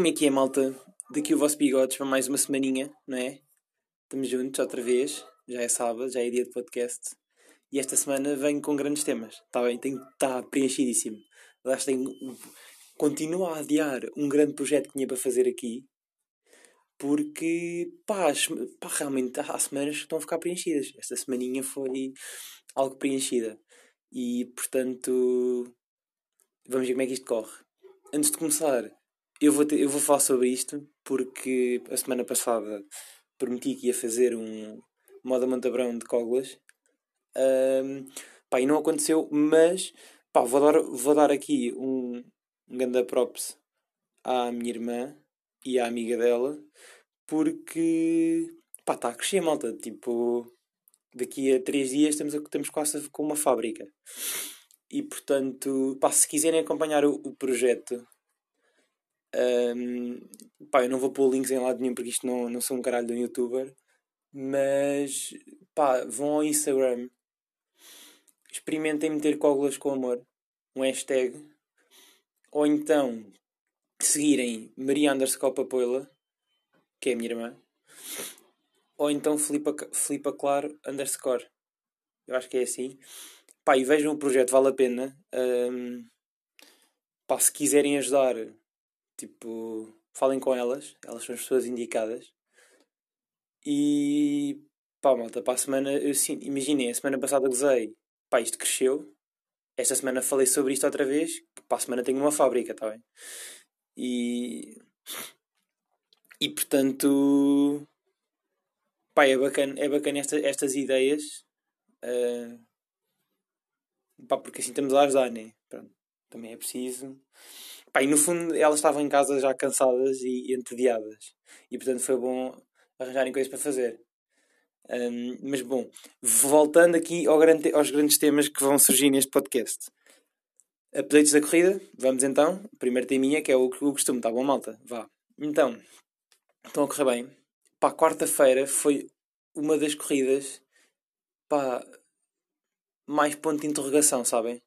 Como é que é, malta? Daqui o vosso Bigodes para mais uma semaninha, não é? Estamos juntos outra vez. Já é sábado, já é dia de podcast. E esta semana venho com grandes temas. Está bem? Está preenchidíssimo. Aliás, continuo a adiar um grande projeto que tinha para fazer aqui. Porque, realmente há semanas que estão a ficar preenchidas. Esta semaninha foi algo preenchida. E, portanto, vamos ver como é que isto corre. Antes de começar, eu vou falar sobre isto porque a semana passada prometi que ia fazer um moda Montabrão de Coglas. E não aconteceu, mas vou dar aqui um grande props à minha irmã e à amiga dela porque está a crescer, malta. Tipo, daqui a 3 dias estamos quase com uma fábrica. E portanto, se quiserem acompanhar o projeto, eu não vou pôr links em lado nenhum porque isto não sou um caralho de um youtuber, mas vão ao Instagram, experimentem meter Cógulas com Amor, um hashtag, ou então seguirem Maria _ Papoila, que é a minha irmã, ou então Filipa Claro _ eu acho que é assim. E vejam o projeto, vale a pena. Se quiserem ajudar, tipo, falem com elas são as pessoas indicadas. E malta, para a semana, imaginem, a semana passada gozei, isto cresceu. Esta semana falei sobre isto outra vez, que para a semana tenho uma fábrica, está bem? E portanto, é bacana estas ideias, porque assim estamos a ajudar, né? Pronto, também é preciso. E no fundo elas estavam em casa já cansadas e entediadas. E portanto foi bom arranjarem coisas para fazer. Mas bom, voltando aqui aos grandes temas que vão surgir neste podcast. Updates da corrida, vamos então. Primeiro teminha, que é o costume, tá bom, malta? Vá. Então, estão a correr bem. Quarta-feira foi uma das corridas, mais ponto de interrogação, sabem?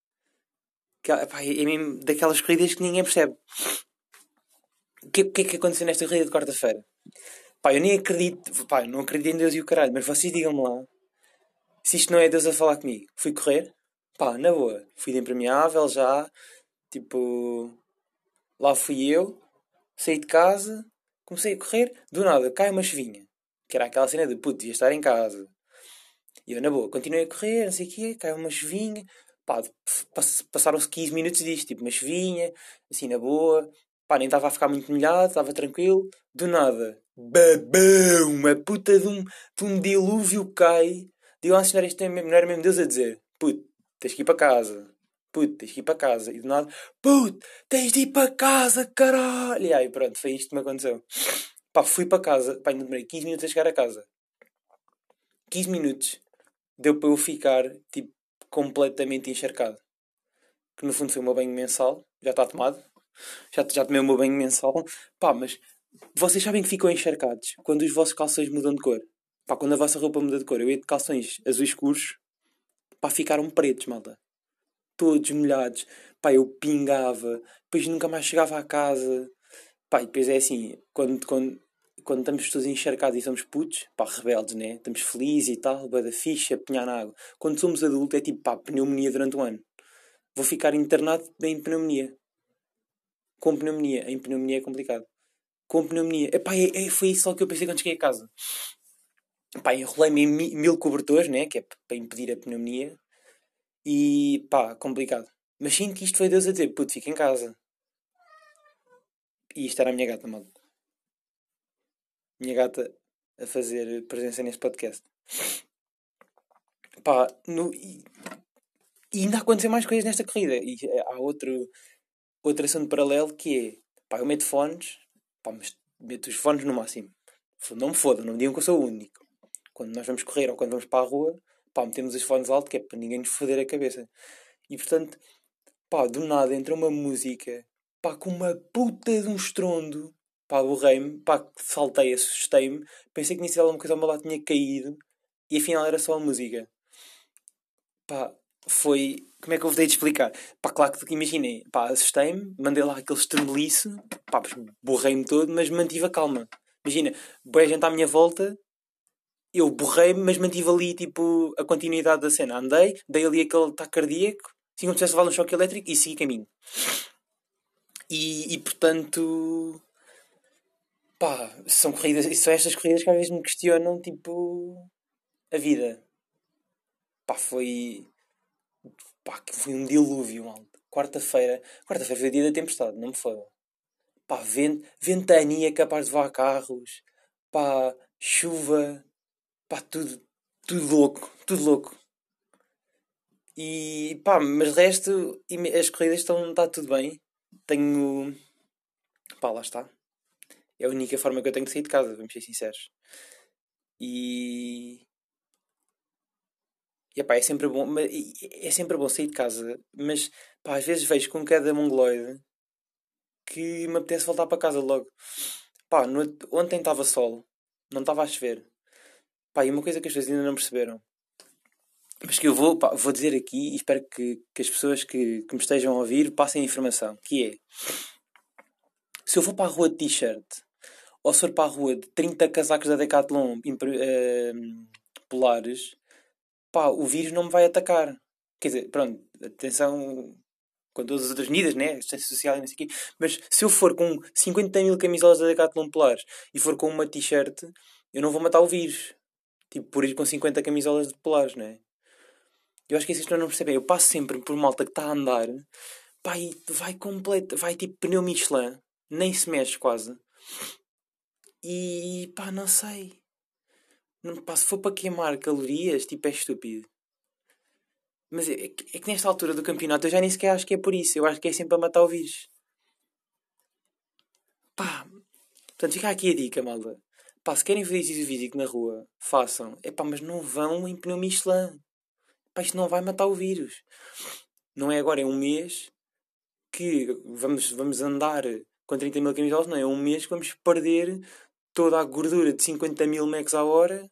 É mesmo daquelas corridas que ninguém percebe. O que é que aconteceu nesta corrida de quarta-feira? Eu nem acredito, não acredito em Deus e o caralho, mas vocês digam-me lá se isto não é Deus a falar comigo. Fui correr, na boa, fui de impermeável já, tipo, lá fui eu, saí de casa, comecei a correr, do nada, cai uma chuvinha, que era aquela cena de puto, devia estar em casa. E eu, na boa, continuei a correr, não sei o quê, cai uma chuvinha, passaram-se 15 minutos disto, tipo, uma chuvinha, assim, na boa, nem estava a ficar muito molhado, estava tranquilo, do nada, babão, uma puta de um dilúvio cai. Digo lá, senhora, isto não era mesmo Deus a dizer, puto, tens que ir para casa. Puto, tens que ir para casa. E do nada, puto, tens de ir para casa, caralho. E aí, pronto, foi isto que me aconteceu. Fui para casa. Ainda demorei 15 minutos a chegar a casa. 15 minutos. Deu para eu ficar, tipo, completamente encharcado. Que no fundo foi o meu banho mensal. Já está tomado. Já tomei o meu banho mensal. Mas vocês sabem que ficam encharcados quando os vossos calções mudam de cor. Quando a vossa roupa muda de cor. Eu ia de calções azuis escuros. Ficaram pretos, malta. Todos molhados. Eu pingava. Depois nunca mais chegava à casa. E depois é assim, quando estamos todos encharcados e somos putos, rebeldes, né? Estamos felizes e tal, bué da ficha, apanhar na água. Quando somos adultos é tipo, pneumonia durante um ano. Vou ficar internado em pneumonia. Com pneumonia. Em pneumonia é complicado. Com pneumonia. Foi isso só que eu pensei quando cheguei a casa. Enrolei-me em 1000 cobertores, né? Que é para impedir a pneumonia. E complicado. Mas sinto que isto foi Deus a dizer, puto, fica em casa. E isto era a minha gata, mal. Minha gata a fazer presença neste podcast. E ainda aconteceu mais coisas nesta corrida. E há outro assunto paralelo que é, eu meto fones, mas meto os fones no máximo. Não me foda, não me digam que eu sou o único. Quando nós vamos correr ou quando vamos para a rua, metemos os fones alto, que é para ninguém nos foder a cabeça. E portanto, do nada entra uma música, com uma puta de um estrondo. Borrei-me, saltei, assustei-me, pensei que tinha sido alguma coisa ao meu lado, tinha caído, e afinal era só a música. Foi Como é que eu vou ter de explicar? Pá, claro que imaginem, pá, assustei-me, mandei lá aquele estremeliço, pá, borrei-me todo, mas mantive a calma. Imagina, boa gente à minha volta, eu borrei-me, mas mantive ali, tipo, a continuidade da cena. Andei, dei ali aquele ataque cardíaco, assim como se tivesse levado um choque elétrico e segui caminho. E portanto, pá, são corridas, são estas corridas que às vezes me questionam, tipo, a vida. Pá, foi um dilúvio, malta. Quarta-feira foi o dia da tempestade, não me foda. Pá, ventania capaz de levar carros, pá, chuva, pá, tudo louco, tudo louco. E pá, mas de resto, as corridas está tudo bem. Tenho, pá, lá está. É a única forma que eu tenho de sair de casa, vamos ser sinceros. E, e pá, é sempre bom sair de casa, mas pá, às vezes vejo com cada mongoloide que me apetece voltar para casa logo. Pá, ontem estava sol, não estava a chover. Pá, e uma coisa que as pessoas ainda não perceberam, mas que eu vou dizer aqui e espero que as pessoas que me estejam a ouvir passem a informação, que é, se eu for para a rua de t-shirt, ou se for para a rua de 30 casacos da Decathlon polares, pá, o vírus não me vai atacar. Quer dizer, pronto, atenção com todas as outras medidas, né? Distância social e não sei o quê. Mas se eu for com 50 mil camisolas da Decathlon polares e for com uma t-shirt, eu não vou matar o vírus. Tipo, por ir com 50 camisolas de polares, né? Eu acho que isso não percebem. Eu passo sempre por malta que está a andar, pá, e vai completo, vai tipo pneu Michelin, nem se mexe quase. E pá, não sei. Não, pá, se for para queimar calorias, tipo, é estúpido. Mas é que nesta altura do campeonato eu já nem sequer acho que é por isso. Eu acho que é sempre a matar o vírus. Pá, portanto, fica aqui a dica, malta. Pá, se querem fazer exercício físico na rua, façam. É pá, mas não vão em pneu Michelin. Pá, isto não vai matar o vírus. Não é agora, é um mês que vamos andar com 30 mil camisolas, não é? É um mês que vamos perder toda a gordura de 50 mil mecs à hora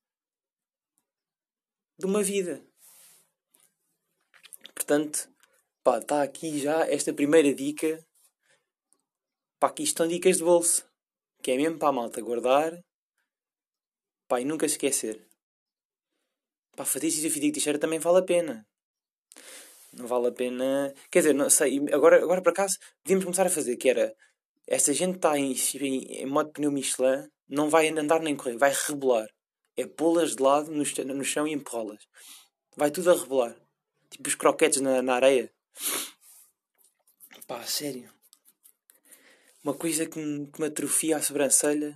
de uma vida. Portanto, pá, está aqui já esta primeira dica. Pá, aqui estão dicas de bolso. Que é mesmo para a malta guardar, pá, e nunca se esquecer. Pá, fazer exercício físico de t-shirt também vale a pena. Não vale a pena. Quer dizer, não sei, agora por acaso devíamos começar a fazer, que era esta gente está em modo pneu Michelin, não vai andar nem correr, vai rebolar. É pô-las de lado no chão e empurrá-las. Vai tudo a rebolar. Tipo os croquetes na areia. Pá, sério. Uma coisa que me atrofia a sobrancelha.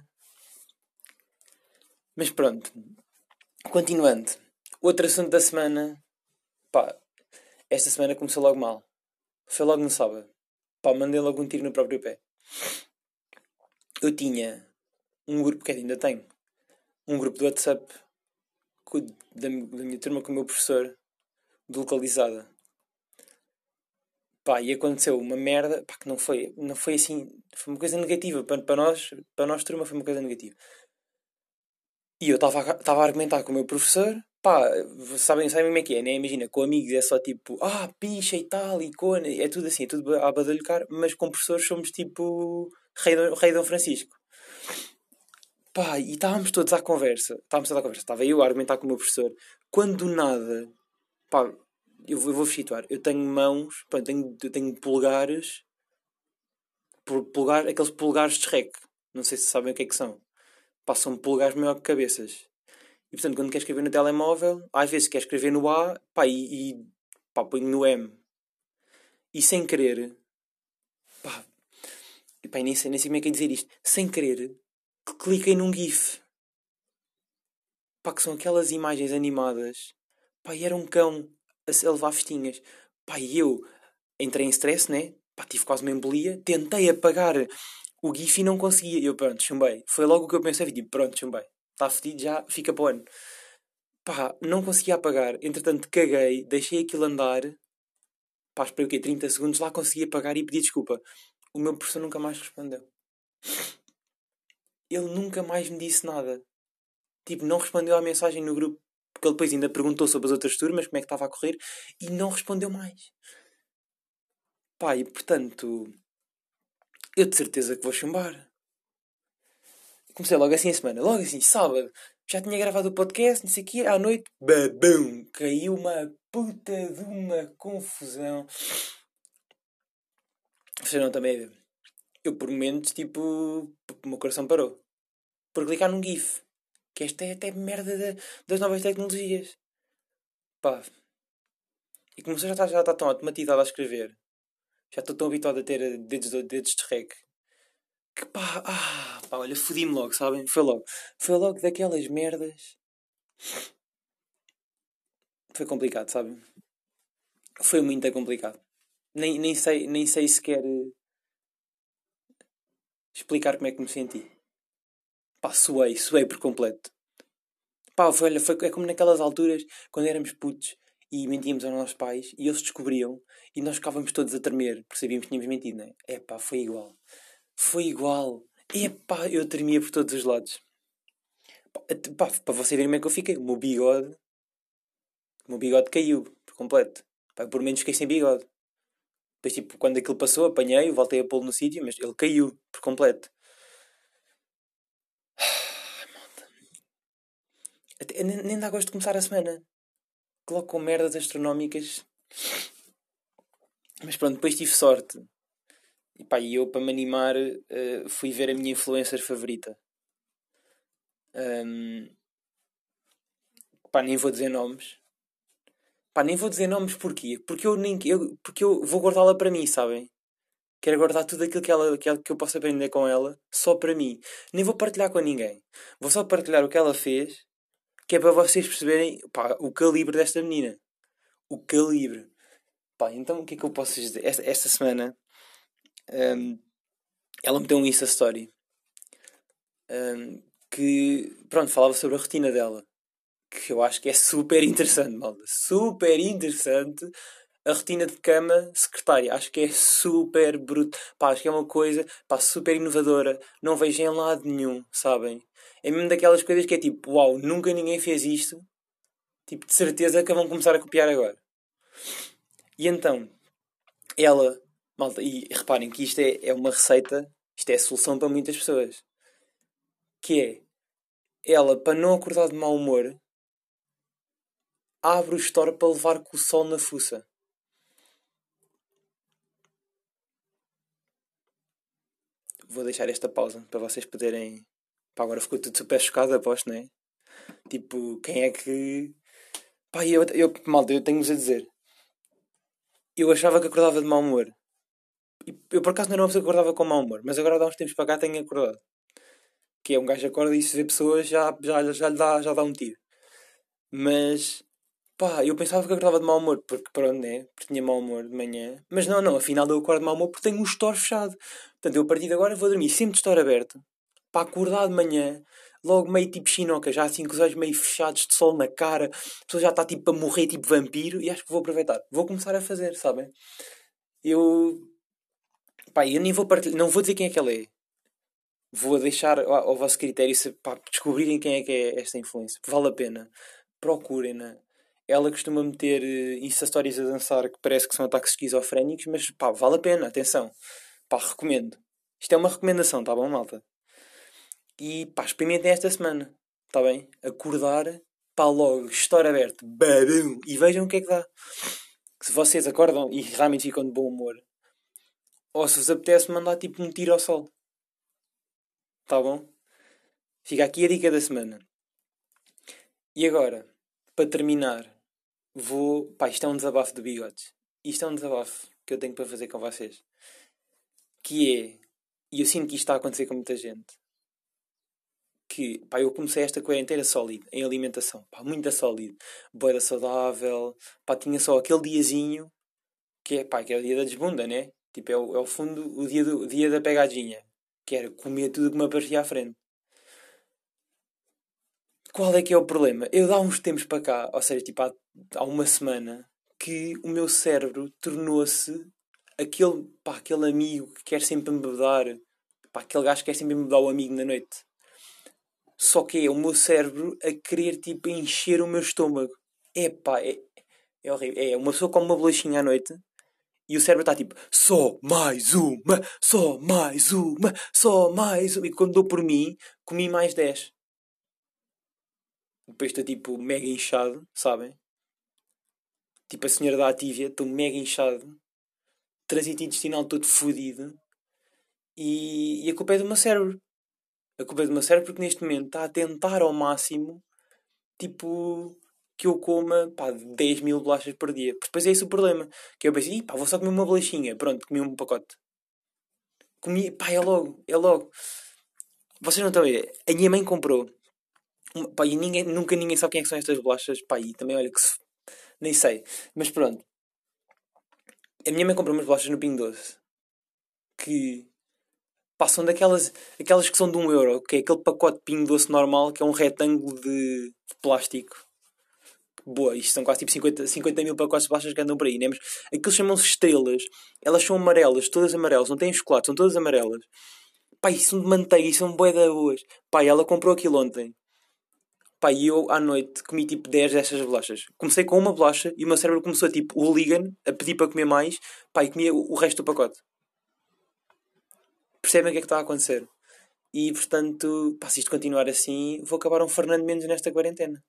Mas pronto. Continuando. Outro assunto da semana. Pá, esta semana começou logo mal. Foi logo no sábado. Pá, mandei logo um tiro no próprio pé. Eu tinha um grupo, que ainda tenho, um grupo de WhatsApp da minha turma com o meu professor, de localizada. Pá, e aconteceu uma merda, pá, que não foi assim, foi uma coisa negativa. Para nós turma foi uma coisa negativa. E eu estava a argumentar com o meu professor, pá, sabem como é que é, né? Imagina, com amigos é só tipo, picha e tal, e cona, é tudo assim, é tudo a badalhocar, mas com professores somos tipo Rei Dom Francisco. Pá, e estávamos todos à conversa, estava eu a argumentar com o meu professor, quando do nada, pá, eu vou situar, eu tenho mãos, pá, eu tenho polegares, aqueles polegares de rec, não sei se sabem o que é que são. Pá, são polegares maior que cabeças. E portanto, quando quer escrever no telemóvel, às vezes quer escrever no A, pá, pá, ponho no M. E sem querer, pá, pá, nem sei como é que é dizer isto, sem querer, cliquei num GIF. Pá, que são aquelas imagens animadas. Pá, e era um cão a levar festinhas. Pá, e eu entrei em stress, né? Pá, tive quase uma embolia. Tentei apagar o GIF e não conseguia. E eu, pronto, chumbei. Foi logo o que eu pensei. Tipo, pronto, chumbei. Está fedido já, fica para o ano. Pá, não conseguia apagar. Entretanto, caguei, deixei aquilo andar. Pá, esperei o quê? 30 segundos, lá consegui apagar e pedi desculpa. O meu professor nunca mais respondeu. Ele nunca mais me disse nada. Tipo, não respondeu à mensagem no grupo. Porque ele depois ainda perguntou sobre as outras turmas, como é que estava a correr, e não respondeu mais. Pá, e portanto, eu de certeza que vou chumbar. Comecei logo assim a semana, logo assim, sábado. Já tinha gravado o podcast, não sei o quê, à noite, babum, caiu uma puta de uma confusão. Vocês não também a ver. Eu por momentos, tipo, o meu coração parou. Por clicar num GIF. Que esta é até merda das novas tecnologias. Pá. E como já está tão automatizado a escrever. Já estou tão habituado a ter dedos de rec. Que pá, pá, olha, fodi-me logo, sabem? Foi logo. Foi logo daquelas merdas. Foi complicado, sabem? Foi muito complicado. Nem sei sequer explicar como é que me senti. Pá, suei por completo. Pá, olha, é como naquelas alturas, quando éramos putos e mentíamos aos nossos pais e eles descobriam e nós ficávamos todos a tremer porque sabíamos que tínhamos mentido, não é? É pá, foi igual. Foi igual. É pá, eu tremia por todos os lados. Pá, para você ver como é que eu fiquei. O meu bigode caiu por completo. Pá, por menos fiquei sem bigode. Depois, tipo, quando aquilo passou, apanhei, voltei a pô-lo no sítio, mas ele caiu por completo. Nem dá gosto de começar a semana. Coloco com merdas astronómicas. Mas pronto, depois tive sorte. E pá, e eu para me animar fui ver a minha influencer favorita. Ahm, pá, nem vou dizer nomes. Pá, nem vou dizer nomes porquê? Porque eu vou guardá-la para mim, sabem? Quero guardar tudo aquilo que eu posso aprender com ela só para mim. Nem vou partilhar com ninguém. Vou só partilhar o que ela fez, que é para vocês perceberem, pá, o calibre desta menina. O calibre. Pá, então o que é que eu posso dizer? Esta semana, ahm, ela meteu um Insta Story, que, pronto, falava sobre a rotina dela. Que eu acho que é super interessante, malta. Super interessante. A rotina de cama secretária. Acho que é super bruto. Pá, acho que é uma coisa, pá, super inovadora. Não vejo em lado nenhum, sabem? É mesmo daquelas coisas que é tipo, uau, nunca ninguém fez isto. Tipo, de certeza que vão começar a copiar agora. E então, ela, malta, e reparem que isto é uma receita, isto é a solução para muitas pessoas. Que é, ela, para não acordar de mau humor, abre o store para levar com o sol na fuça. Vou deixar esta pausa para vocês poderem. Pá, agora ficou tudo super chocado, aposto, não é? Tipo, quem é que. Pá, malta, eu tenho-vos a dizer. Eu achava que acordava de mau humor. E eu por acaso não era uma pessoa que acordava com mau humor, mas agora há uns tempos para cá tenho acordado. Que é um gajo acorda e se vê pessoas já lhe dá um tiro. Mas pá, eu pensava que acordava de mau humor, porque pronto, né? Porque tinha mau humor de manhã. Mas não, afinal eu acordo de mau humor porque tenho um store fechado. Portanto, eu a partir de agora vou dormir sempre de store aberto. Para acordar de manhã, logo meio tipo chinoca, já assim com os olhos meio fechados de sol na cara, a pessoa já está tipo a morrer tipo vampiro e acho que vou aproveitar. Vou começar a fazer, sabem? Eu. Pá, eu nem vou partilhar, não vou dizer quem é que ela é. Vou deixar ao vosso critério para descobrirem quem é que é esta influência. Vale a pena. Procurem-na. Ela costuma meter Insta Stories a dançar que parece que são ataques esquizofrénicos, mas pá, vale a pena, atenção. Pá, recomendo. Isto é uma recomendação, tá bom, malta? E pá, experimentem esta semana, tá bem? Acordar, pá, logo, store aberto, babum, e vejam o que é que dá. Se vocês acordam e realmente ficam de bom humor, ou se vos apetece mandar tipo um tiro ao sol, tá bom? Fica aqui a dica da semana. E agora, para terminar, vou. Pá, isto é um desabafo de bigodes. Isto é um desabafo que eu tenho para fazer com vocês. Que é. E eu sinto que isto está a acontecer com muita gente. Que, pá, eu comecei esta quarentena sólido, em alimentação. Pá, muito sólido. Boeda saudável. Pá, tinha só aquele diazinho. Que é, pá, que é o dia da desbunda, né? Tipo, é o fundo, o dia da pegadinha. Que era comer tudo que me aparecia à frente. Qual é que é o problema? Eu há uns tempos para cá, ou seja, tipo há uma semana, que o meu cérebro tornou-se aquele amigo que quer sempre embebedar, pá, aquele gajo que quer sempre embebedar o amigo na noite. Só que é o meu cérebro a querer, tipo, encher o meu estômago. Epá, é horrível. É uma pessoa come uma bolachinha à noite e o cérebro está tipo, só mais uma, só mais uma, só mais uma. E quando dou por mim, comi mais 10. Depois estou tipo mega inchado, sabem? Tipo a senhora da Atívia, estou mega inchado, trânsito intestinal todo fodido e a culpa é do meu cérebro. A culpa é do meu cérebro porque neste momento está a tentar ao máximo, tipo, que eu coma, pá, 10 mil bolachas por dia. Porque depois é esse o problema. Que eu pensei, pá, vou só comer uma bolachinha. Pronto, comi um pacote. Comi, pá, é logo, é logo. Vocês não estão a ver. A minha mãe comprou. Pá, e nunca ninguém sabe quem é que são estas bolachas. Pá, e também olha que nem sei. Mas pronto. A minha mãe comprou umas bolachas no Pingo Doce. Que passam aquelas que são de 1 euro. Que é aquele pacote de Pingo Doce normal. Que é um retângulo de plástico. Boa, isto são quase tipo 50 mil pacotes de bolachas que andam por aí, né? Mas aqueles chamam-se estrelas. Elas são amarelas, todas amarelas. Não têm chocolate, são todas amarelas. Pá, e são de manteiga e são bué da boas. Pá, e ela comprou aquilo ontem. Pá, e eu à noite comi tipo 10 dessas bolachas. Comecei com uma bolacha e o meu cérebro começou tipo hooligan a pedir para comer mais. Pá, e comia o resto do pacote. Percebem o que é que está a acontecer? E portanto, pá, se isto continuar assim, vou acabar um Fernando Mendes nesta quarentena.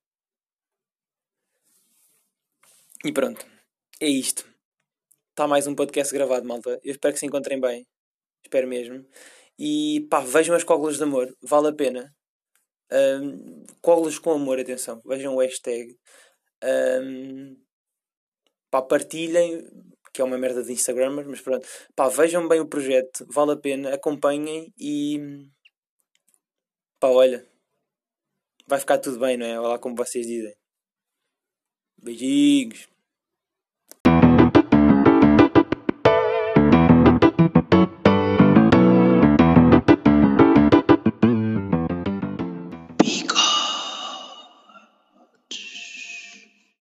E pronto, é isto. Está mais um podcast gravado, malta. Eu espero que se encontrem bem. Espero mesmo. E pá, vejam as cógulas de amor. Vale a pena. Cógulas com amor, atenção. Vejam o hashtag. Um, Pá, partilhem. Que é uma merda de Instagramers, mas pronto. Pá, vejam bem o projeto. Vale a pena. Acompanhem e... Pá, olha. Vai ficar tudo bem, não é? Olha lá como vocês dizem. Beijinhos.